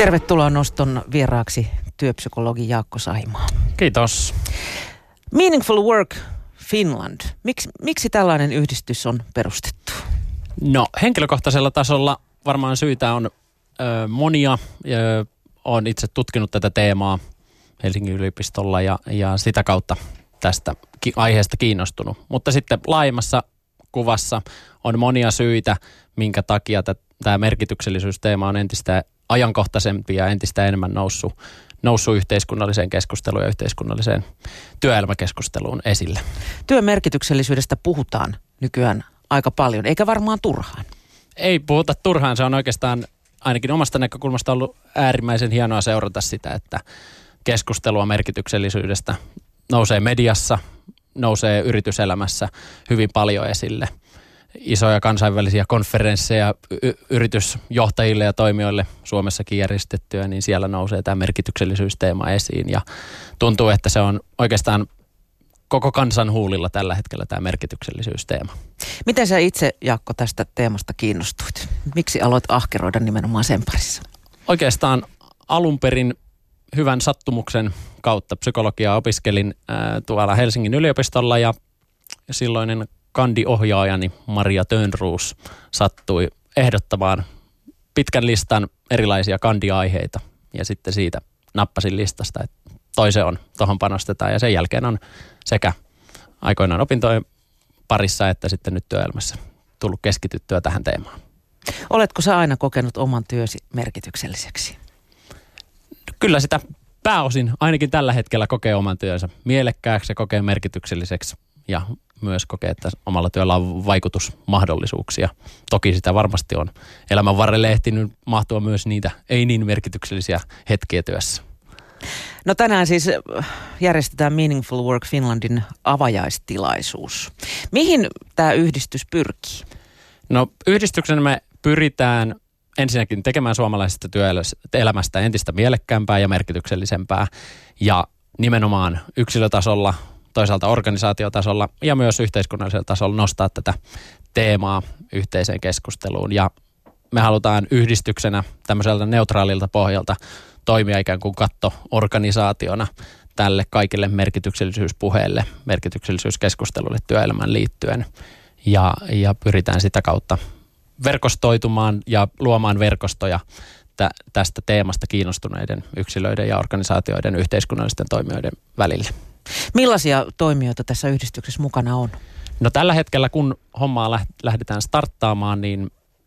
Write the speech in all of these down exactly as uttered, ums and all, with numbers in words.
Tervetuloa Noston vieraaksi työpsykologi Jaakko Sahimaa. Kiitos. Meaningful Work Finland. Miks, miksi tällainen yhdistys on perustettu? No henkilökohtaisella tasolla varmaan syitä on ö, monia. Ö, olen itse tutkinut tätä teemaa Helsingin yliopistolla ja, ja sitä kautta tästä ki- aiheesta kiinnostunut. Mutta sitten laajemmassa kuvassa on monia syitä, minkä takia tämä merkityksellisyysteema on entistä ajankohtaisempi ja entistä enemmän noussut, noussut yhteiskunnalliseen keskusteluun ja yhteiskunnalliseen työelämäkeskusteluun esille. Työn merkityksellisyydestä puhutaan nykyään aika paljon, eikä varmaan turhaan. Ei puhuta turhaan, se on oikeastaan ainakin omasta näkökulmasta ollut äärimmäisen hienoa seurata sitä, että keskustelua merkityksellisyydestä nousee mediassa, nousee yrityselämässä hyvin paljon esille. Isoja kansainvälisiä konferensseja y- yritysjohtajille ja toimijoille Suomessakin järjestettyä, niin siellä nousee tämä merkityksellisyysteema esiin. Ja tuntuu, että se on oikeastaan koko kansan huulilla tällä hetkellä tämä merkityksellisyysteema. Miten sä itse, Jaakko, tästä teemasta kiinnostuit? Miksi aloit ahkeroida nimenomaan sen parissa? Oikeastaan alun perin hyvän sattumuksen kautta psykologiaa opiskelin ää, tuolla Helsingin yliopistolla ja silloinen kandiohjaajani Maria Tönruus sattui ehdottamaan pitkän listan erilaisia kandiaiheita ja sitten siitä nappasin listasta, että toisen on, tuohon panostetaan ja sen jälkeen on sekä aikoinaan opintojen parissa että sitten nyt työelämässä tullut keskityttyä tähän teemaan. Oletko sä aina kokenut oman työsi merkitykselliseksi? Kyllä sitä pääosin ainakin tällä hetkellä kokee oman työnsä mielekkääksi ja kokee merkitykselliseksi ja myös kokee, että omalla työllä on vaikutusmahdollisuuksia. Toki sitä varmasti on elämän varrelle ehtinyt mahtua myös niitä ei niin merkityksellisiä hetkiä työssä. No tänään siis järjestetään Meaningful Work Finlandin avajaistilaisuus. Mihin tämä yhdistys pyrkii? No yhdistyksen me pyritään ensinnäkin tekemään suomalaisesta työelämästä entistä mielekkäämpää ja merkityksellisempää ja nimenomaan yksilötasolla, toisaalta organisaatiotasolla ja myös yhteiskunnallisella tasolla nostaa tätä teemaa yhteiseen keskusteluun. Ja me halutaan yhdistyksenä tämmöiseltä neutraalilta pohjalta toimia ikään kuin katto-organisaationa tälle kaikille merkityksellisyyspuheelle, merkityksellisyyskeskustelulle työelämään liittyen. Ja, ja pyritään sitä kautta verkostoitumaan ja luomaan verkostoja tä, tästä teemasta kiinnostuneiden yksilöiden ja organisaatioiden yhteiskunnallisten toimijoiden välille. Millaisia toimijoita tässä yhdistyksessä mukana on? No tällä hetkellä, kun hommaa lähdetään starttaamaan, niin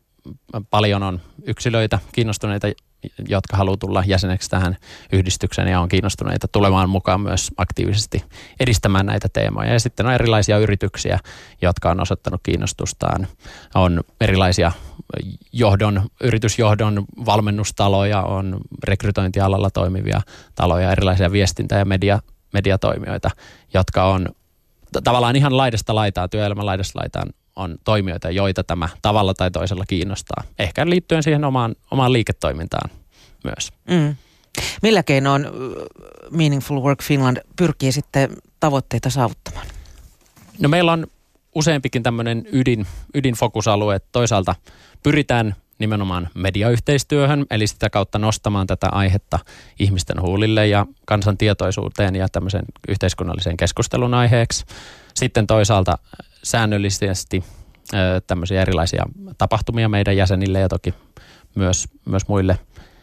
paljon on yksilöitä kiinnostuneita, jotka haluaa tulla jäseneksi tähän yhdistykseen ja on kiinnostuneita tulemaan mukaan myös aktiivisesti edistämään näitä teemoja. Ja sitten on erilaisia yrityksiä, jotka on osoittanut kiinnostustaan. On erilaisia johdon, yritysjohdon valmennustaloja, on rekrytointialalla toimivia taloja, erilaisia viestintä- ja media, mediatoimijoita, jotka on tavallaan ihan laidasta laitaan, työelämän laidasta laitaan on toimijoita, joita tämä tavalla tai toisella kiinnostaa. Ehkä liittyen siihen omaan, omaan liiketoimintaan myös. Mm. Millä keinoin Meaningful Work Finland pyrkii sitten tavoitteita saavuttamaan? No meillä on useampikin tämmöinen ydin, ydinfokusalue. Toisaalta pyritään nimenomaan mediayhteistyöhön, eli sitä kautta nostamaan tätä aihetta ihmisten huulille ja kansan tietoisuuteen ja tämmöisen yhteiskunnallisen keskustelun aiheeksi. Sitten toisaalta säännöllisesti ö, tämmöisiä erilaisia tapahtumia meidän jäsenille ja toki myös, myös muille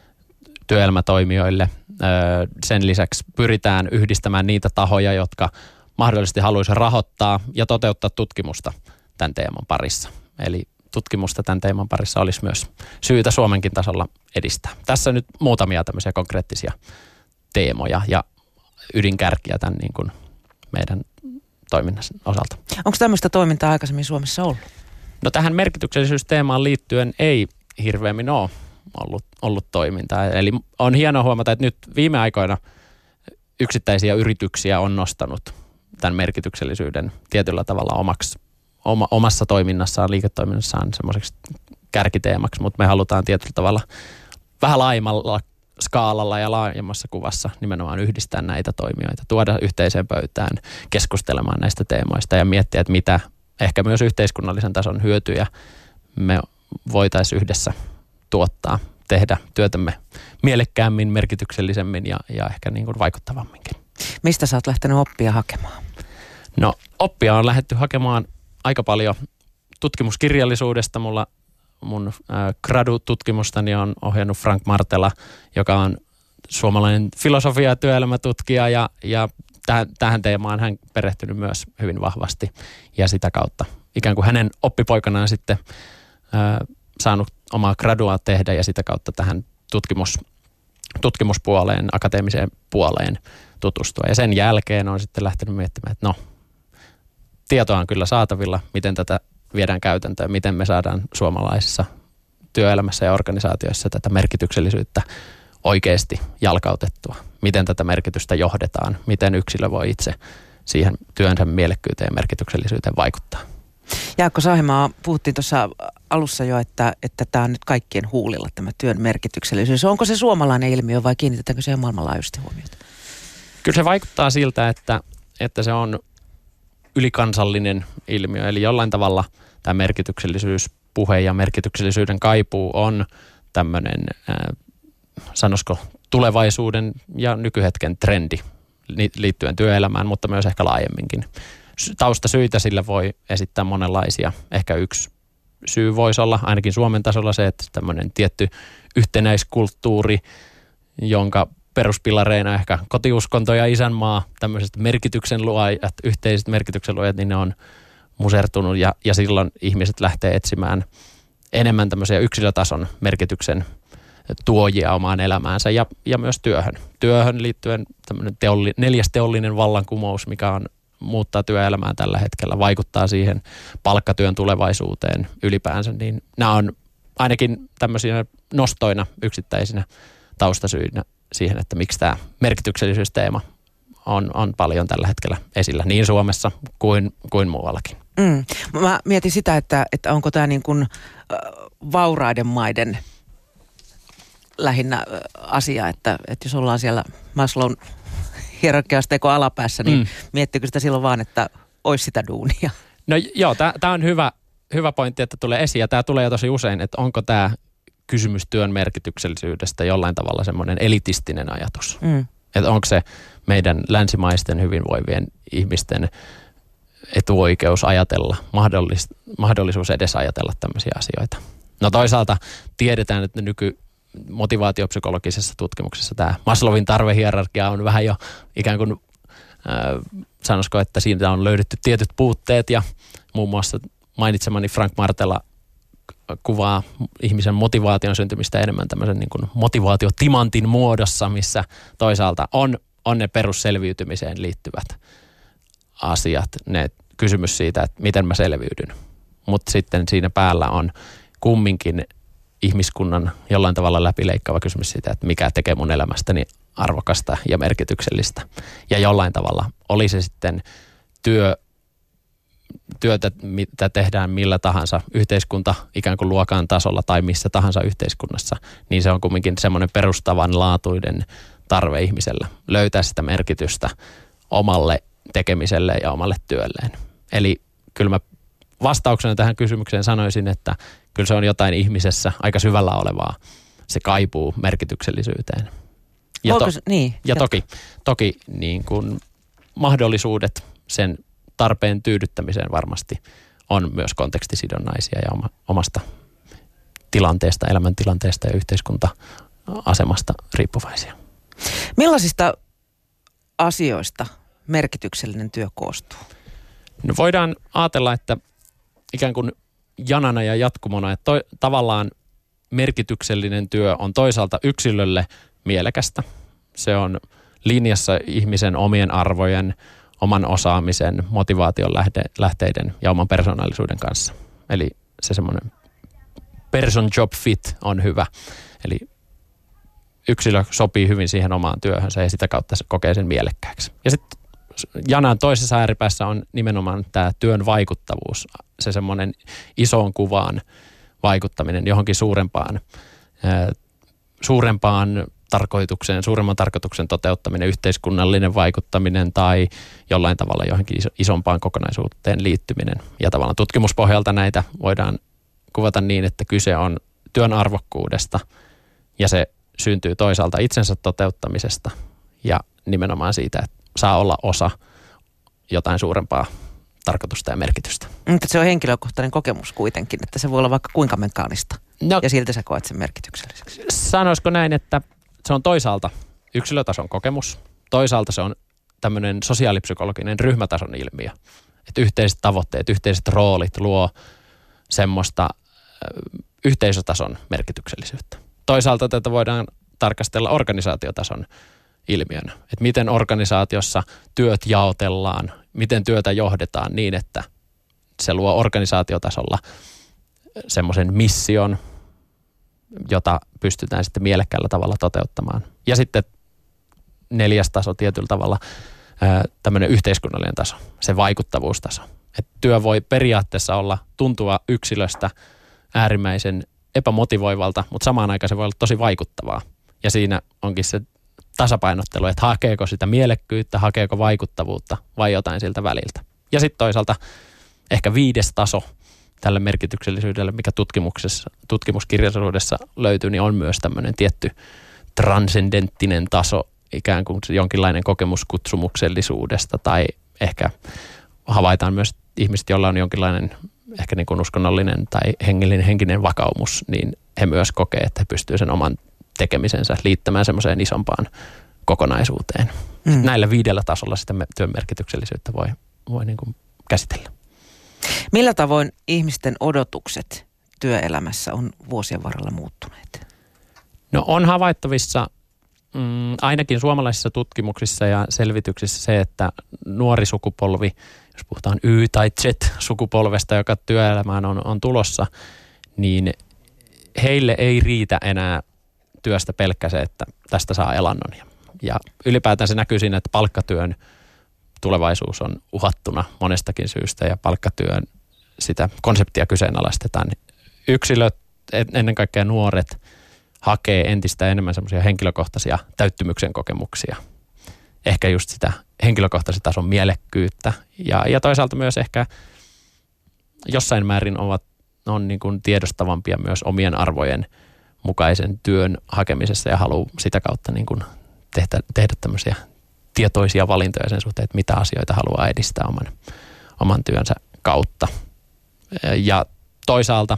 työelämätoimijoille. Ö, sen lisäksi pyritään yhdistämään niitä tahoja, jotka mahdollisesti haluaisivat rahoittaa ja toteuttaa tutkimusta tämän teeman parissa. Eli tutkimusta tämän teeman parissa olisi myös syytä Suomenkin tasolla edistää. Tässä nyt muutamia tämmöisiä konkreettisia teemoja ja ydinkärkiä tämän niin kuin meidän toiminnan osalta. Onko tämmöistä toimintaa aikaisemmin Suomessa ollut? No tähän merkityksellisyysteemaan liittyen ei hirveämmin ole ollut, ollut toimintaa. Eli on hienoa huomata, että nyt viime aikoina yksittäisiä yrityksiä on nostanut tämän merkityksellisyyden tietyllä tavalla omaksi, oma, omassa toiminnassaan, liiketoiminnassaan semmoiseksi kärkiteemaksi, mutta me halutaan tietyllä tavalla vähän laajemmalla skaalalla ja laajemmassa kuvassa nimenomaan yhdistää näitä toimijoita, tuoda yhteiseen pöytään, keskustelemaan näistä teemoista ja miettiä, että mitä ehkä myös yhteiskunnallisen tason hyötyjä me voitaisiin yhdessä tuottaa tehdä työtämme mielekkäämmin, merkityksellisemmin ja, ja ehkä niin kuin vaikuttavamminkin. Mistä sä oot lähtenyt oppia hakemaan? No oppia on lähdetty hakemaan aika paljon tutkimuskirjallisuudesta. Mulla mun äh, gradu-tutkimustani on ohjannut Frank Martela, joka on suomalainen filosofia- ja työelämätutkija ja, ja tähän, tähän teemaan hän perehtynyt myös hyvin vahvasti ja sitä kautta ikään kuin hänen oppipoikanaan sitten äh, saanut omaa gradua tehdä ja sitä kautta tähän tutkimus, tutkimuspuoleen, akateemiseen puoleen tutustua. Ja sen jälkeen on sitten lähtenyt miettimään, että no, tietoa on kyllä saatavilla, miten tätä viedään käytäntöön, miten me saadaan suomalaisessa työelämässä ja organisaatioissa tätä merkityksellisyyttä oikeasti jalkautettua. Miten tätä merkitystä johdetaan, miten yksilö voi itse siihen työnsä mielekkyyteen ja merkityksellisyyteen vaikuttaa. Jaakko Saahimaa, puhuttiin tuossa alussa jo, että että tämä on nyt kaikkien huulilla tämä työn merkityksellisyys. Onko se suomalainen ilmiö vai kiinnitetäänkö se maailmanlaajuisesti huomiota? Kyllä se vaikuttaa siltä, että, että se on ylikansallinen ilmiö. Eli jollain tavalla tämä merkityksellisyyspuhe ja merkityksellisyyden kaipuu on tämmöinen, äh, sanoisiko, tulevaisuuden ja nykyhetken trendi liittyen työelämään, mutta myös ehkä laajemminkin. Taustasyitä sillä voi esittää monenlaisia. Ehkä yksi syy voisi olla ainakin Suomen tasolla se, että tämmöinen tietty yhtenäiskulttuuri, jonka peruspilareina ehkä kotiuskonto ja isänmaa, tämmöiset merkityksen luojat, yhteiset merkityksen luojat, niin ne on musertunut ja, ja silloin ihmiset lähtee etsimään enemmän tämmöisiä yksilötason merkityksen tuojia omaan elämäänsä ja, ja myös työhön. Työhön liittyen tämmöinen teolli, neljäs teollinen vallankumous, mikä on muuttaa työelämää tällä hetkellä, vaikuttaa siihen palkkatyön tulevaisuuteen ylipäänsä, niin nämä on ainakin tämmöisinä nostoina yksittäisinä taustasyinä siihen, että miksi tämä merkityksellisyysteema on, on paljon tällä hetkellä esillä niin Suomessa kuin, kuin muuallakin. Mm. Mä mietin sitä, että, että onko tämä niin kuin äh, vauraiden maiden lähinnä äh, asia, että, että jos ollaan siellä Maslown hierarkiasteikon alapäässä, niin mm. miettikö sitä silloin vaan, että olisi sitä duunia? No joo, tämä on hyvä, hyvä pointti, että tulee esiin ja tämä tulee jo tosi usein, että onko tämä kysymys työn merkityksellisyydestä jollain tavalla semmoinen elitistinen ajatus. Mm. Että onko se meidän länsimaisten hyvinvoivien ihmisten etuoikeus ajatella, mahdollis, mahdollisuus edes ajatella tämmöisiä asioita. No toisaalta tiedetään, että nyky motivaatiopsykologisessa tutkimuksessa tämä Maslowin tarvehierarkia on vähän jo ikään kuin, äh, sanoisiko, että siitä on löydetty tietyt puutteet ja muun muassa mainitsemani Frank Martela kuvaa ihmisen motivaation syntymistä enemmän tämmöisen niin kuin motivaatiotimantin muodossa, missä toisaalta on, on ne perusselviytymiseen liittyvät asiat, ne kysymys siitä, että miten mä selviydyn. Mutta sitten siinä päällä on kumminkin ihmiskunnan jollain tavalla läpileikkaava kysymys siitä, että mikä tekee mun elämästäni arvokasta ja merkityksellistä. Ja jollain tavalla oli se sitten työ, työtä, mitä tehdään millä tahansa yhteiskunta ikään kuin luokan tasolla tai missä tahansa yhteiskunnassa, niin se on kumminkin semmoinen perustavanlaatuinen tarve ihmisellä löytää sitä merkitystä omalle tekemiselle ja omalle työlleen. Eli kyllä mä vastauksena tähän kysymykseen sanoisin, että kyllä se on jotain ihmisessä aika syvällä olevaa. Se kaipuu merkityksellisyyteen. Ja, to- se, niin, ja toki, toki niin kuin mahdollisuudet sen tarpeen tyydyttämiseen varmasti on myös kontekstisidonnaisia ja oma, omasta tilanteesta, elämäntilanteesta ja yhteiskunta-asemasta riippuvaisia. Millaisista asioista merkityksellinen työ koostuu? No voidaan ajatella, että ikään kuin janana ja jatkumona, että toi, tavallaan merkityksellinen työ on toisaalta yksilölle mielekästä. Se on linjassa ihmisen omien arvojen, oman osaamisen, motivaation lähde, lähteiden ja oman persoonallisuuden kanssa. Eli se semmoinen person job fit on hyvä. Eli yksilö sopii hyvin siihen omaan työhönsä ja sitä kautta se kokee sen mielekkääksi. Ja sitten janan toisessa ääripäässä on nimenomaan tämä työn vaikuttavuus, se semmoinen isoon kuvaan vaikuttaminen johonkin suurempaan, suurempaan tarkoitukseen, suuremman tarkoituksen toteuttaminen, yhteiskunnallinen vaikuttaminen tai jollain tavalla johonkin isompaan kokonaisuuteen liittyminen. Ja tavallaan tutkimuspohjalta näitä voidaan kuvata niin, että kyse on työn arvokkuudesta Ja se syntyy toisaalta itsensä toteuttamisesta ja nimenomaan siitä, että saa olla osa jotain suurempaa tarkoitusta ja merkitystä. Mutta se on henkilökohtainen kokemus kuitenkin, että se voi olla vaikka kuinka mekaanista. No, ja silti sä koet sen merkitykselliseksi. Sanoisiko näin, että se on toisaalta yksilötason kokemus, toisaalta se on tämmöinen sosiaalipsykologinen ryhmätason ilmiö. Että yhteiset tavoitteet, yhteiset roolit luo semmoista yhteisötason merkityksellisyyttä. Toisaalta tätä voidaan tarkastella organisaatiotason ilmiönä. Että miten organisaatiossa työt jaotellaan, miten työtä johdetaan niin, että se luo organisaatiotasolla semmoisen mission, jota pystytään sitten mielekkäällä tavalla toteuttamaan. Ja sitten neljäs taso tietyllä tavalla tämmöinen yhteiskunnallinen taso, se vaikuttavuustaso. Että työ voi periaatteessa olla tuntua yksilöstä äärimmäisen epämotivoivalta, mutta samaan aikaan se voi olla tosi vaikuttavaa. Ja siinä onkin se tasapainottelu, että hakeeko sitä mielekkyyttä, hakeeko vaikuttavuutta vai jotain siltä väliltä. Ja sitten toisaalta ehkä viides taso tälle merkityksellisyydelle, mikä tutkimuksessa, tutkimuskirjallisuudessa löytyy, niin on myös tämmöinen tietty transcendenttinen taso, ikään kuin jonkinlainen kokemus kutsumuksellisuudesta tai ehkä havaitaan myös ihmiset, joilla on jonkinlainen ehkä niin kuin uskonnollinen tai hengellinen henkinen vakaumus, niin he myös kokee, että he pystyvät sen oman tekemisensä liittämään semmoiseen isompaan kokonaisuuteen. Mm. Näillä viidellä tasolla sitä työn merkityksellisyyttä voi, voi niin kuin käsitellä. Millä tavoin ihmisten odotukset työelämässä on vuosien varrella muuttuneet? No on havaittavissa mm, ainakin suomalaisissa tutkimuksissa ja selvityksissä se, että nuori sukupolvi, jos puhutaan Y- tai Z-sukupolvesta, joka työelämään on, on tulossa, niin heille ei riitä enää työstä pelkkä se, että tästä saa elannon. Ja ylipäätään se näkyy siinä, että palkkatyön tulevaisuus on uhattuna monestakin syystä ja palkkatyön sitä konseptia kyseenalaistetaan. Yksilöt, ennen kaikkea nuoret, hakee entistä enemmän semmoisia henkilökohtaisia täyttymyksen kokemuksia. Ehkä just sitä henkilökohtaisen tason mielekkyyttä ja, ja toisaalta myös ehkä jossain määrin ovat, on niin kuin tiedostavampia myös omien arvojen mukaisen työn hakemisessa ja haluaa sitä kautta niin kuin tehdä, tehdä tämmöisiä tietoisia valintoja sen suhteen, että mitä asioita haluaa edistää oman, oman työnsä kautta. Ja toisaalta,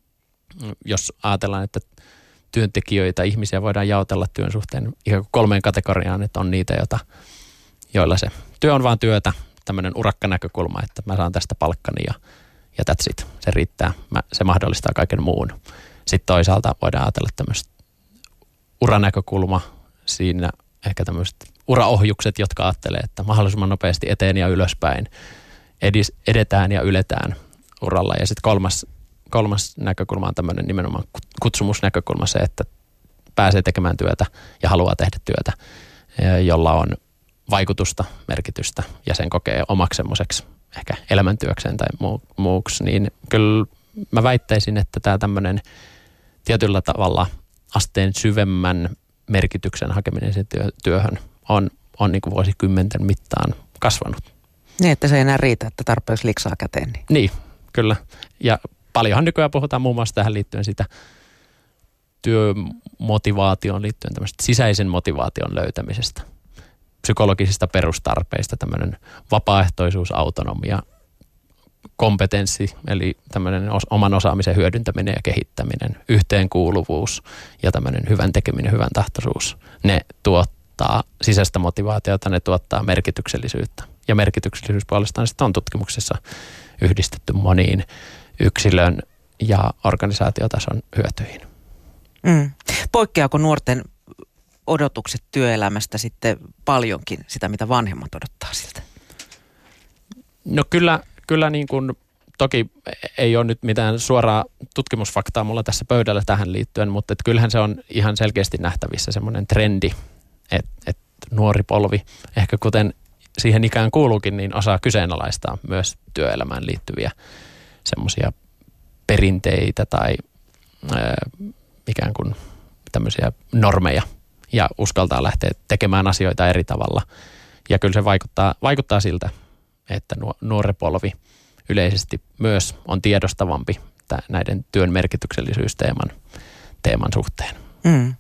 jos ajatellaan, että työntekijöitä, ihmisiä voidaan jaotella työn suhteen ikään kuin kolmeen kategoriaan, että on niitä, joita, joilla se työ on vaan työtä, tämmöinen urakkanäkökulma, että mä saan tästä palkkani ja, ja that's it, se riittää, mä, se mahdollistaa kaiken muun. Sitten toisaalta voidaan ajatella tämmöistä uranäkökulma, siinä ehkä tämmöiset uraohjukset, jotka ajattelee, että mahdollisimman nopeasti eteen ja ylöspäin edis, edetään ja yletään uralla. Ja sitten kolmas, kolmas näkökulma on tämmöinen nimenomaan kutsumusnäkökulma, se, että pääsee tekemään työtä ja haluaa tehdä työtä, jolla on vaikutusta, merkitystä ja sen kokee omaksi semmoiseksi ehkä elämäntyökseen tai muu, muuksi. Niin kyllä mä väittäisin, että tämä tämmöinen tietyllä tavalla asteen syvemmän merkityksen hakeminen sen työ, työhön on, on niin kuin vuosikymmenten mittaan kasvanut. Niin, että se ei enää riitä, että tarpeeksi liksaa käteen. Niin, niin kyllä. Ja paljonhan nykyään puhutaan muun muassa tähän liittyen sitä työmotivaatioon liittyen tämmöistä sisäisen motivaation löytämisestä, psykologisista perustarpeista, tämmöinen vapaaehtoisuus, autonomia, kompetenssi, eli tämmöinen oman osaamisen hyödyntäminen ja kehittäminen, yhteenkuuluvuus ja tämmöinen hyvän tekeminen, hyvän tahtoisuus, ne tuottaa sisäistä motivaatiota, ne tuottaa merkityksellisyyttä. Ja merkityksellisyys puolestaan sitten on tutkimuksessa yhdistetty moniin yksilön ja organisaatiotason hyötyihin. Mm. Poikkeaako nuorten odotukset työelämästä sitten paljonkin sitä, mitä vanhemmat odottaa siltä? No kyllä, kyllä niin kuin, toki ei ole nyt mitään suoraa tutkimusfaktaa mulla tässä pöydällä tähän liittyen, mutta et kyllähän se on ihan selkeästi nähtävissä semmoinen trendi, että et nuori polvi, ehkä kuten siihen ikään kuuluukin, niin osaa kyseenalaistaa myös työelämään liittyviä semmoisia perinteitä tai ää, ikään kuin tämmöisiä normeja ja uskaltaa lähteä tekemään asioita eri tavalla. Ja kyllä se vaikuttaa, vaikuttaa siltä, että nuori polvi yleisesti myös on tiedostavampi näiden työn merkityksellisyysteeman teeman suhteen. Mm.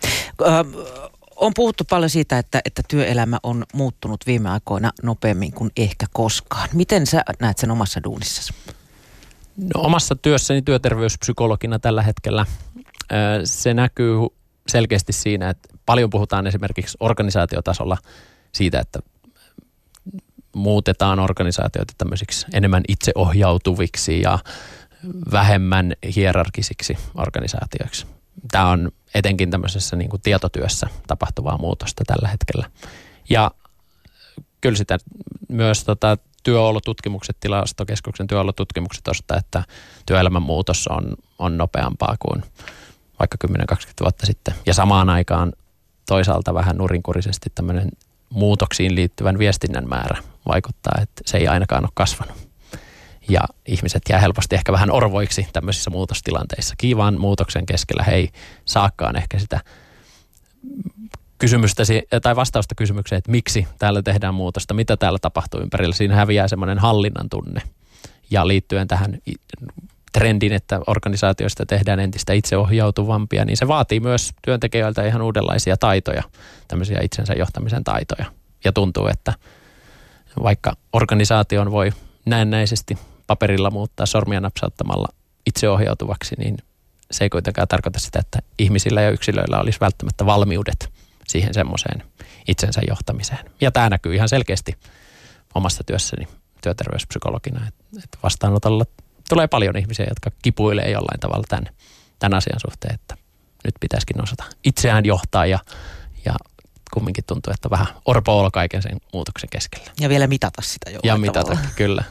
Ö, on puhuttu paljon siitä, että, että työelämä on muuttunut viime aikoina nopeammin kuin ehkä koskaan. Miten sä näet sen omassa duunissasi? No, omassa työssäni työterveyspsykologina tällä hetkellä se näkyy selkeästi siinä, että paljon puhutaan esimerkiksi organisaatiotasolla siitä, että muutetaan organisaatioita tämmöisiksi enemmän itseohjautuviksi ja vähemmän hierarkisiksi organisaatioiksi. Tämä on etenkin tämmöisessä niin kuin tietotyössä tapahtuvaa muutosta tällä hetkellä. Ja kyllä sitä myös tota, työolotutkimukset, tilastokeskuksen työolotutkimukset osoittaa, että työelämän muutos on, on nopeampaa kuin vaikka kymmenen kaksikymmentä vuotta sitten. Ja samaan aikaan toisaalta vähän nurinkurisesti tämmöinen muutoksiin liittyvän viestinnän määrä vaikuttaa, että se ei ainakaan ole kasvanut. Ja ihmiset jää helposti ehkä vähän orvoiksi tämmöisissä muutostilanteissa. Kiivaan muutoksen keskellä he ei saakaan ehkä sitä kysymystä tai vastausta kysymykseen, että miksi täällä tehdään muutosta, mitä täällä tapahtuu ympärillä. Siinä häviää semmoinen hallinnan tunne. Ja liittyen tähän trendin, että organisaatioista tehdään entistä itseohjautuvampia, niin se vaatii myös työntekijöiltä ihan uudenlaisia taitoja, tämmöisiä itsensä johtamisen taitoja. Ja tuntuu, että vaikka organisaation voi näennäisesti paperilla muuttaa sormia napsauttamalla itseohjautuvaksi, niin se ei kuitenkaan tarkoita sitä, että ihmisillä ja yksilöillä olisi välttämättä valmiudet siihen semmoiseen itsensä johtamiseen. Ja tämä näkyy ihan selkeästi omassa työssäni työterveyspsykologina, että vastaanotolla tulee paljon ihmisiä, jotka kipuilee jollain tavalla tämän, tämän asian suhteen, että nyt pitäisikin osata itseään johtaa ja, ja kumminkin tuntuu, että vähän orpo olla kaiken sen muutoksen keskellä. Ja vielä mitata sitä jollain Ja mitata, tavalla. kyllä.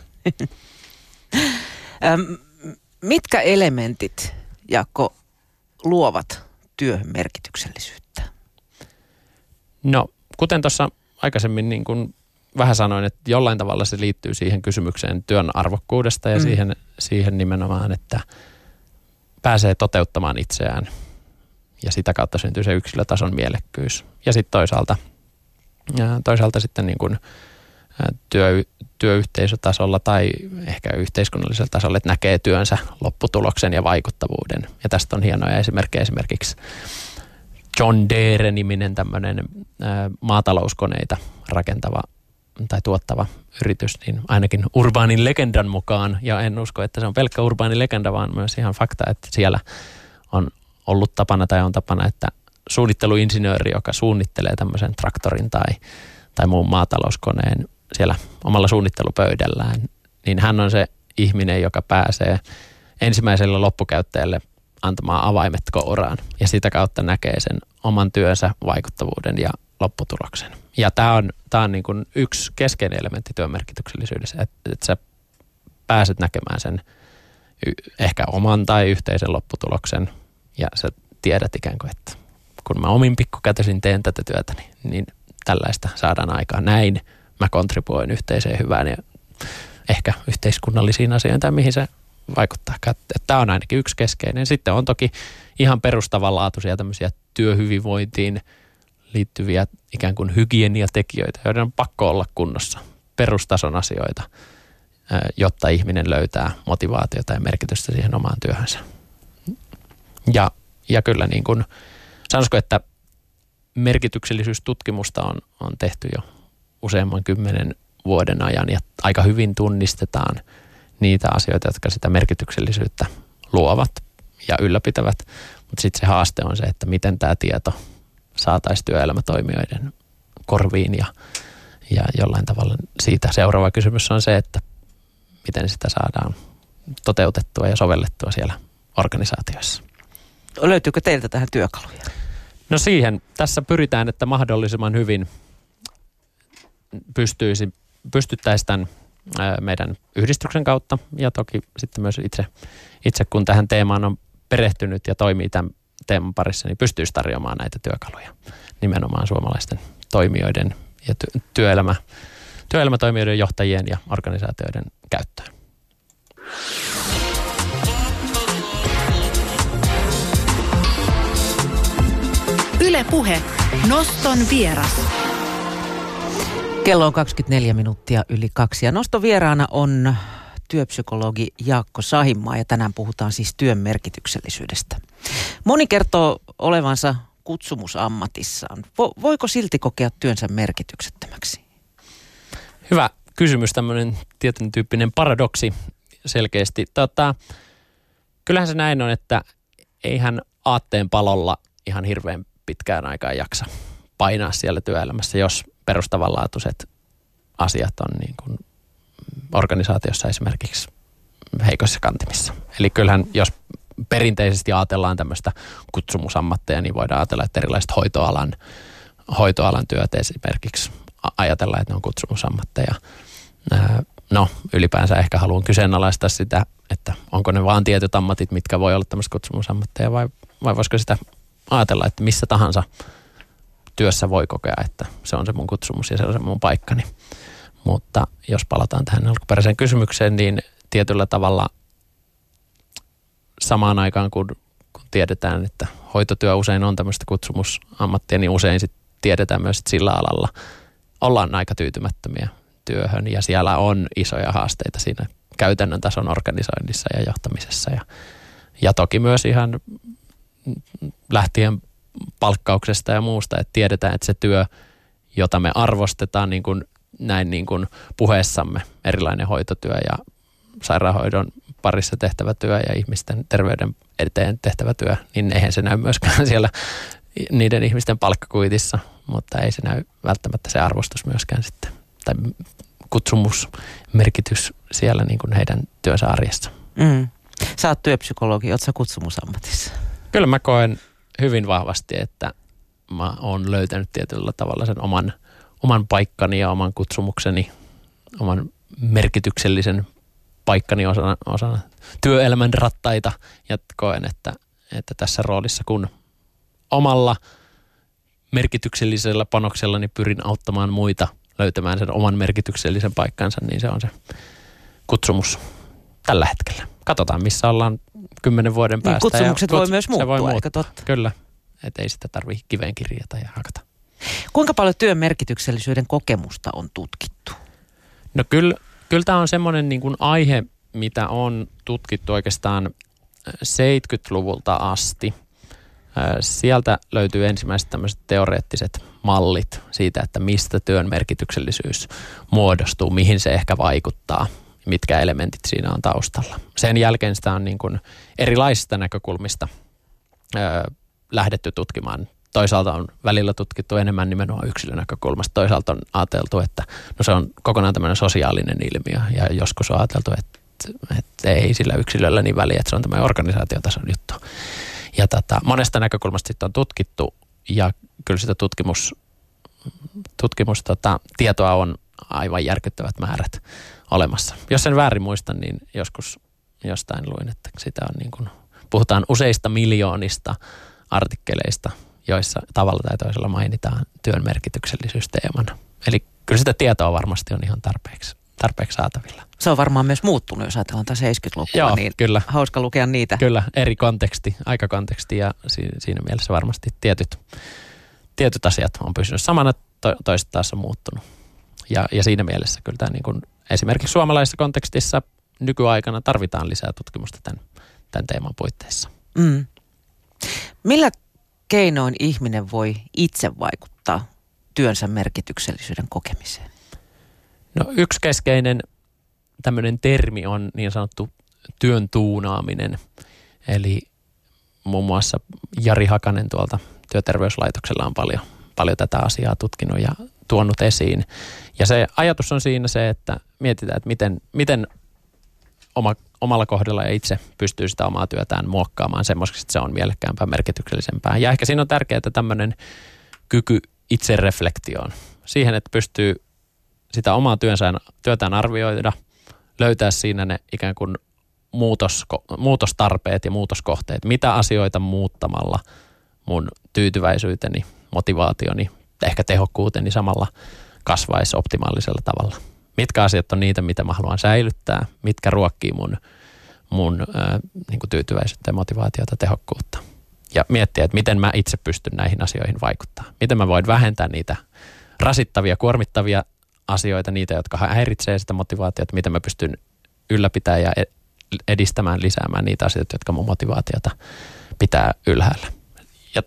Mitkä elementit, Jaakko, luovat työhön merkityksellisyyttä? No, kuten tuossa aikaisemmin niin kuin vähän sanoin, että jollain tavalla se liittyy siihen kysymykseen työn arvokkuudesta ja mm. siihen, siihen nimenomaan, että pääsee toteuttamaan itseään ja sitä kautta syntyy se yksilötason mielekkyys. Ja sitten toisaalta, toisaalta sitten niin kuin työ, työyhteisötasolla tai ehkä yhteiskunnallisella tasolla, että näkee työnsä lopputuloksen ja vaikuttavuuden. Ja tästä on hienoja esimerkkejä esimerkiksi John Deere-niminen tämmöinen maatalouskoneita rakentava tai tuottava yritys, niin ainakin urbaanin legendan mukaan, ja en usko, että se on pelkkä urbaani legenda, vaan myös ihan fakta, että siellä on ollut tapana tai on tapana, että suunnitteluinsinööri, joka suunnittelee tämmöisen traktorin tai, tai muun maatalouskoneen siellä omalla suunnittelupöydällään, niin hän on se ihminen, joka pääsee ensimmäiselle loppukäyttäjälle antamaan avaimet kouraan ja sitä kautta näkee sen oman työnsä vaikuttavuuden ja lopputuloksen. Ja tämä on, tää on niin kuin yksi keskeinen elementti työn merkityksellisyydessä, että, että sä pääset näkemään sen y- ehkä oman tai yhteisen lopputuloksen ja sä tiedät ikään kuin, että kun mä omin pikkukätösin teen tätä työtä, niin, niin tällaista saadaan aikaan. Näin mä kontribuoin yhteiseen hyvään ja ehkä yhteiskunnallisiin asioihin tai mihin se vaikuttaa. Tämä on ainakin yksi keskeinen. Sitten on toki ihan perustavanlaatuisia tämmöisiä työhyvinvointiin liittyviä ikään kuin hygieniatekijöitä, joiden on pakko olla kunnossa. Perustason asioita, jotta ihminen löytää motivaatiota ja merkitystä siihen omaan työhönsä. Ja, ja kyllä niin kuin, sanoisiko, että merkityksellisyystutkimusta on, on tehty jo useamman kymmenen vuoden ajan ja aika hyvin tunnistetaan niitä asioita, jotka sitä merkityksellisyyttä luovat ja ylläpitävät. Mutta sitten se haaste on se, että miten tämä tieto saataisiin työelämätoimijoiden korviin ja, ja jollain tavalla siitä seuraava kysymys on se, että miten sitä saadaan toteutettua ja sovellettua siellä organisaatioissa. Löytyykö teiltä tähän työkaluja? No siihen tässä pyritään, että mahdollisimman hyvin pystyisi, pystyttäisiin tämän meidän yhdistyksen kautta ja toki sitten myös itse, itse kun tähän teemaan on perehtynyt ja toimii tämän teeman parissa, niin pystyisi tarjoamaan näitä työkaluja nimenomaan suomalaisten toimijoiden ja ty- työelämä, työelämätoimijoiden johtajien ja organisaatioiden käyttöön. Yle Puhe. Noston vieras. Kello on kaksikymmentäneljä minuuttia yli kaksi ja noston vieraana on työpsykologi Jaakko Sahimaa ja tänään puhutaan siis työn merkityksellisyydestä. Moni kertoo olevansa kutsumusammatissaan, vo, voiko silti kokea työnsä merkityksettömäksi? Hyvä kysymys, tämmöinen tietyn tyyppinen paradoksi selkeästi. Tota, kyllähän se näin on, että eihän aatteen palolla ihan hirveän pitkään aikaan jaksa painaa siellä työelämässä, jos perustavanlaatuiset asiat on niin kuin organisaatiossa esimerkiksi heikoissa kantimissa. Eli kyllähän jos perinteisesti ajatellaan tämmöistä kutsumusammatteja, niin voidaan ajatella, että erilaiset hoitoalan, hoitoalan työt esimerkiksi ajatellaan, että ne on kutsumusammatteja. No ylipäänsä ehkä haluan kyseenalaistaa sitä, että onko ne vaan tietyt ammatit, mitkä voi olla tämmöistä kutsumusammatteja vai, vai voisiko sitä ajatella, että missä tahansa työssä voi kokea, että se on se mun kutsumus ja se on se mun paikkani. Mutta jos palataan tähän alkuperäiseen kysymykseen, niin tietyllä tavalla samaan aikaan, kun, kun tiedetään, että hoitotyö usein on tämmöistä kutsumusammattia, niin usein sit tiedetään myös, että sillä alalla ollaan aika tyytymättömiä työhön ja siellä on isoja haasteita siinä käytännön tason organisoinnissa ja johtamisessa. Ja, ja toki myös ihan lähtien palkkauksesta ja muusta, että tiedetään, että se työ, jota me arvostetaan niin kuin näin niin kuin puheessamme, erilainen hoitotyö ja sairaanhoidon parissa tehtävä työ ja ihmisten terveyden eteen tehtävä työ, niin eihän se näy myöskään siellä niiden ihmisten palkkakuitissa, mutta ei se näy välttämättä se arvostus myöskään sitten, tai kutsumusmerkitys siellä niin kuin heidän työnsä arjessa. Mm. Sä oot työpsykologi, oot sä kutsumusammatissa? Kyllä mä koen hyvin vahvasti, että mä oon löytänyt tietyllä tavalla sen oman, oman paikkani ja oman kutsumukseni, oman merkityksellisen paikkani osana, osana työelämän rattaita ja koen, että, että tässä roolissa kun omalla merkityksellisellä panoksellani pyrin auttamaan muita löytämään sen oman merkityksellisen paikkansa, niin se on se kutsumus tällä hetkellä. Katsotaan, missä ollaan kymmenen vuoden päästä. Niin, kutsumukset ja voi myös muuttua, voi eikö totta? Kyllä, että ei sitä tarvitse kiveen kirjata ja hakata. Kuinka paljon työn merkityksellisyyden kokemusta on tutkittu? No kyllä, kyllä tämä on semmoinen niin kuin aihe, mitä on tutkittu oikeastaan seitsemänkymmentäluvulta asti. Sieltä löytyy ensimmäiset tämmöiset teoreettiset mallit siitä, että mistä työn merkityksellisyys muodostuu, mihin se ehkä vaikuttaa, mitkä elementit siinä on taustalla. Sen jälkeen sitä on niin kuin erilaisista näkökulmista ö, lähdetty tutkimaan. Toisaalta on välillä tutkittu enemmän nimenomaan yksilönäkökulmasta. Toisaalta on ajateltu, että no se on kokonaan tämmöinen sosiaalinen ilmiö ja joskus on ajateltu, että, että ei sillä yksilöllä niin väliä, että se on tämmöinen organisaatiotason juttu. Ja tota, monesta näkökulmasta sitten on tutkittu ja kyllä sitä tutkimus, tutkimus tota, tietoa on aivan järkyttävät määrät olemassa. Jos en väärin muista, niin joskus jostain luin, että sitä on niin kuin, puhutaan useista miljoonista artikkeleista, joissa tavalla tai toisella mainitaan työn merkityksellisyys teemana. Eli kyllä sitä tietoa varmasti on ihan tarpeeksi, tarpeeksi saatavilla. Se on varmaan myös muuttunut, jos ajatellaan tätä seitsemänkymmentälukua. Joo, niin kyllä. Hauska lukea niitä. Kyllä, eri konteksti, aikakonteksti ja siinä mielessä varmasti tietyt, tietyt asiat on pysynyt samana, to, toiset taas on muuttunut. Ja, ja siinä mielessä kyllä tämä niin kuin esimerkiksi suomalaisessa kontekstissa nykyaikana tarvitaan lisää tutkimusta tämän, tämän teeman puitteissa. Mm. Millä keinoin ihminen voi itse vaikuttaa työnsä merkityksellisyyden kokemiseen? No yksi keskeinen tämmöinen termi on niin sanottu työn tuunaaminen. Eli muun muassa Jari Hakanen tuolta Työterveyslaitoksella on paljon, paljon tätä asiaa tutkinut ja tuonut esiin. Ja se ajatus on siinä se, että mietitään, että miten, miten oma, omalla kohdalla itse pystyy sitä omaa työtään muokkaamaan semmoiseksi, että se on mielekkäämpää, merkityksellisempää. Ja ehkä siinä on tärkeää tämmöinen kyky itsereflektioon. Siihen, että pystyy sitä omaa työnsään, työtään arvioida, löytää siinä ne ikään kuin muutos, muutostarpeet ja muutoskohteet. Mitä asioita muuttamalla mun tyytyväisyyteni, motivaationi, ehkä tehokkuuteni samalla kasvaisi optimaalisella tavalla. Mitkä asiat on niitä, mitä mä haluan säilyttää, mitkä ruokkii mun, mun ää, niin kuin tyytyväisyyttä ja motivaatiota, tehokkuutta. Ja miettiä, että miten mä itse pystyn näihin asioihin vaikuttaa. Miten mä voin vähentää niitä rasittavia, kuormittavia asioita, niitä, jotka häiritsee sitä motivaatiota, miten mä pystyn ylläpitämään ja edistämään, lisäämään niitä asioita, jotka mun motivaatiota pitää ylhäällä. Ja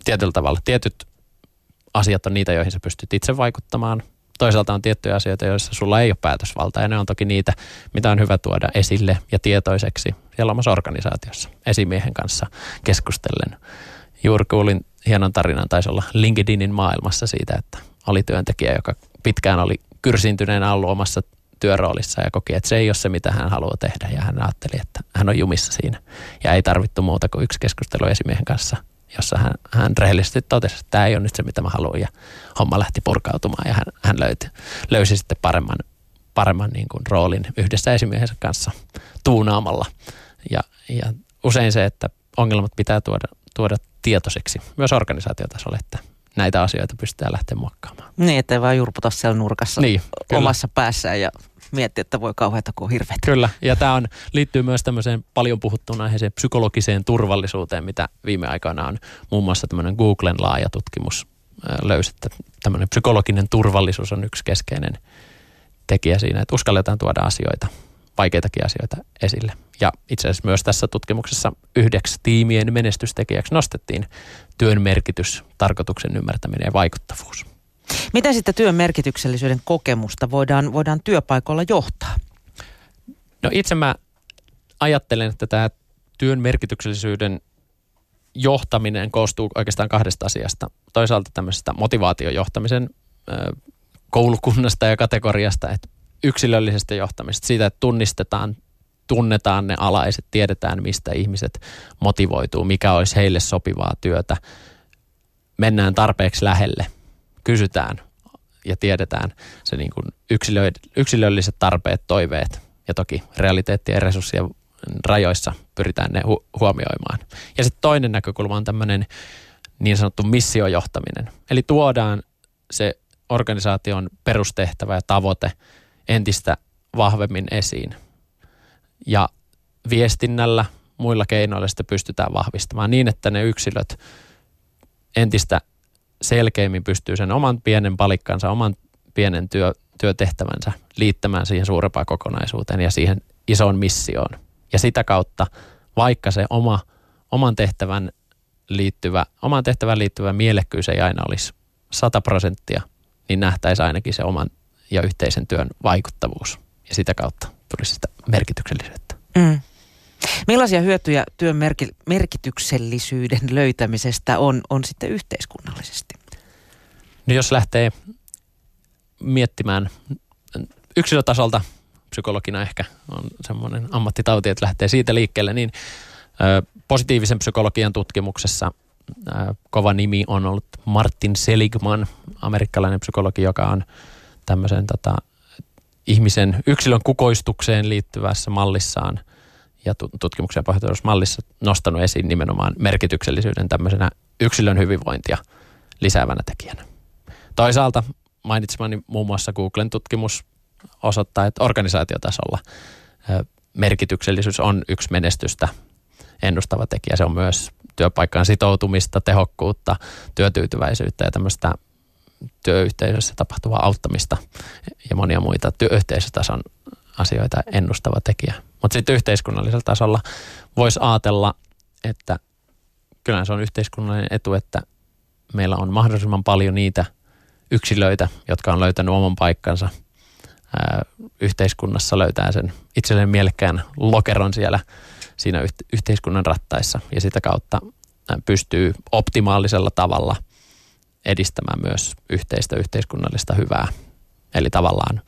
tietyllä tavalla. Tietyt asiat on niitä, joihin sä pystyt itse vaikuttamaan. Toisaalta on tiettyjä asioita, joissa sulla ei ole päätösvaltaa, ja ne on toki niitä, mitä on hyvä tuoda esille ja tietoiseksi siellä omassa organisaatiossa esimiehen kanssa keskustellen. Juuri kuulin hienon tarinan, taisi olla LinkedInin maailmassa siitä, että oli työntekijä, joka pitkään oli kyrsiintyneenä ollut omassa työroolissa ja koki, että se ei ole se, mitä hän haluaa tehdä, ja hän ajatteli, että hän on jumissa siinä. Ja ei tarvittu muuta kuin yksi keskustelu esimiehen kanssa, jossa hän, hän rehellisesti totesi, että tämä ei ole nyt se, mitä mä haluan, ja homma lähti purkautumaan, ja hän, hän löyti, löysi sitten paremman, paremman niin kuin roolin yhdessä esimiehensä kanssa tuunaamalla. Ja, ja usein se, että ongelmat pitää tuoda, tuoda tietoiseksi myös organisaatiotasolla, että näitä asioita pystytään lähteä muokkaamaan. Niin, ettei vaan jurputa siellä nurkassa niin, omassa päässään ja miettiä, että voi kauheata, kun on hirveätä. Kyllä, ja tämä on, liittyy myös tämmöiseen paljon puhuttuun aiheeseen psykologiseen turvallisuuteen, mitä viime aikoina on muun muassa tämmöinen Googlen laaja tutkimus löysi, että tämmöinen psykologinen turvallisuus on yksi keskeinen tekijä siinä, että uskalletaan tuoda asioita, vaikeitakin asioita esille. Ja itse asiassa myös tässä tutkimuksessa yhdeksi tiimien menestystekijäksi nostettiin työn merkitys, tarkoituksen ymmärtäminen ja vaikuttavuus. Miten sitten työn merkityksellisyyden kokemusta voidaan, voidaan työpaikoilla johtaa? No itse mä ajattelen, että tämä työn merkityksellisyyden johtaminen koostuu oikeastaan kahdesta asiasta. Toisaalta tämmöisestä motivaatiojohtamisen koulukunnasta ja kategoriasta, että yksilöllisestä johtamisesta, siitä, että tunnistetaan, tunnetaan ne alaiset, tiedetään, mistä ihmiset motivoituu, mikä olisi heille sopivaa työtä. Mennään tarpeeksi lähelle, kysytään ja tiedetään se niin kuin yksilö, yksilölliset tarpeet, toiveet ja toki realiteettien ja resurssien rajoissa pyritään ne hu- huomioimaan. Ja sitten toinen näkökulma on tämmöinen niin sanottu missiojohtaminen. Eli tuodaan se organisaation perustehtävä ja tavoite entistä vahvemmin esiin. Ja viestinnällä, muilla keinoilla sitä pystytään vahvistamaan niin, että ne yksilöt entistä selkeämmin pystyy sen oman pienen palikkansa, oman pienen työ, työtehtävänsä liittämään siihen suurempaan kokonaisuuteen ja siihen isoon missioon. Ja sitä kautta, vaikka se oma, oman tehtävän liittyvä, oman tehtävän liittyvä mielekkyys ei aina olisi sata prosenttia, niin nähtäisi ainakin se oman ja yhteisen työn vaikuttavuus. Ja sitä kautta tulisi sitä merkityksellisyyttä. Mm. Millaisia hyötyjä työn merki- merkityksellisyyden löytämisestä on, on sitten yhteiskunnallisesti? No jos lähtee miettimään yksilötasolta, psykologina ehkä on semmoinen ammattitauti, että lähtee siitä liikkeelle, niin ö, positiivisen psykologian tutkimuksessa ö, kova nimi on ollut Martin Seligman, amerikkalainen psykologi, joka on tämmöisen tota, ihmisen yksilön kukoistukseen liittyvässä mallissaan ja tutkimuksen pohjautuvassa mallissa nostanut esiin nimenomaan merkityksellisyyden tämmöisenä yksilön hyvinvointia lisäävänä tekijänä. Toisaalta mainitsemani muun muassa Googlen tutkimus osoittaa, että organisaatiotasolla merkityksellisyys on yksi menestystä ennustava tekijä. Se on myös työpaikkaan sitoutumista, tehokkuutta, työtyytyväisyyttä ja tämmöistä työyhteisössä tapahtuvaa auttamista ja monia muita työyhteisötason asioita ennustava tekijä. Mutta sitten yhteiskunnallisella tasolla voisi ajatella, että kyllä se on yhteiskunnallinen etu, että meillä on mahdollisimman paljon niitä yksilöitä, jotka on löytänyt oman paikkansa ää, yhteiskunnassa, löytää sen itselleen mielekkään lokeron siellä siinä yht- yhteiskunnan rattaissa ja sitä kautta ää, pystyy optimaalisella tavalla edistämään myös yhteistä yhteiskunnallista hyvää. Eli tavallaan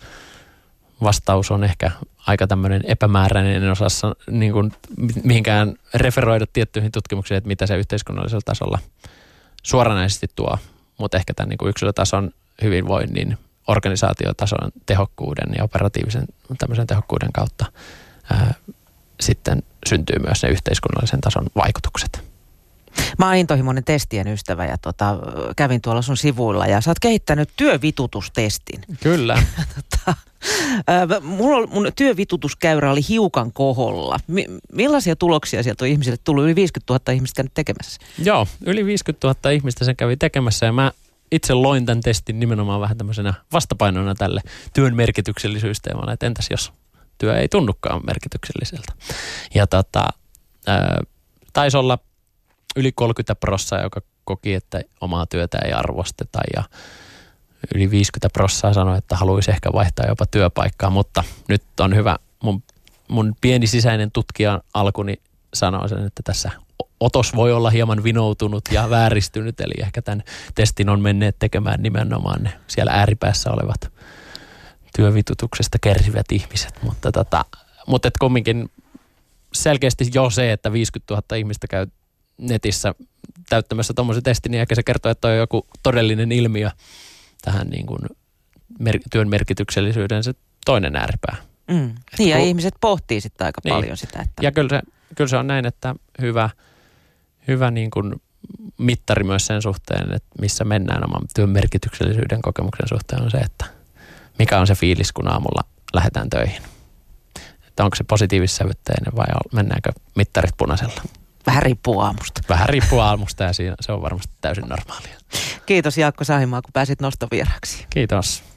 vastaus on ehkä aika tämmöinen epämääräinen, en osaa niin kuin mihinkään referoida tiettyihin tutkimuksiin, että mitä se yhteiskunnallisella tasolla suoranaisesti tuo, mutta ehkä tämän niin kuin yksilötason hyvinvoinnin, organisaatiotason tehokkuuden ja operatiivisen tämmöisen tehokkuuden kautta ää, sitten syntyy myös ne yhteiskunnallisen tason vaikutukset. Mä oon intohimoinen testien ystävä ja tota, kävin tuolla sun sivuilla ja sä oot kehittänyt työvitutustestin. Kyllä. tota, ää, mulla, mun työvitutuskäyrä oli hiukan koholla. Mi- millaisia tuloksia sieltä on ihmisille tullut? Yli viisikymmentätuhatta ihmistä käynyt tekemässä. Joo, yli viisikymmentätuhatta ihmistä sen kävi tekemässä ja mä itse loin tämän testin nimenomaan vähän tämmöisenä vastapainona tälle työn merkityksellisyysteemalle, että entäs jos työ ei tunnukaan merkitykselliseltä. Ja tota, ää, taisi olla yli kolmekymmentä prosenttia, joka koki, että omaa työtä ei arvosteta ja yli viisikymmentä prosenttia sanoi, että haluaisi ehkä vaihtaa jopa työpaikkaa, mutta nyt on hyvä, mun, mun pieni sisäinen tutkija alkuni sanoo sen, että tässä otos voi olla hieman vinoutunut ja vääristynyt, eli ehkä tämän testin on menneet tekemään nimenomaan ne siellä ääripäässä olevat työvitutuksesta kärsivät ihmiset, mutta, tota, mutta et kumminkin selkeästi jo se, että viisikymmentätuhatta ihmistä käy netissä täyttämässä tuommoisen testin, niin ehkä se kertoo, että on joku todellinen ilmiö tähän niin kuin mer- työn merkityksellisyyden se toinen ääripää. Mm. Niin ja kun, ihmiset pohtii sitten aika niin, paljon sitä. Että... Ja kyllä se, kyllä se on näin, että hyvä, hyvä niin kuin mittari myös sen suhteen, että missä mennään oman työn merkityksellisyyden kokemuksen suhteen on se, että mikä on se fiilis, kun aamulla lähdetään töihin. Että onko se positiivissävytteinen vai mennäänkö mittarit punaisella? Vähän riippuu aamusta. Vähän riippuu aamusta ja siinä, se on varmasti täysin normaalia. Kiitos Jaakko Sahimaa, kun pääsit nostovieraaksi. Kiitos.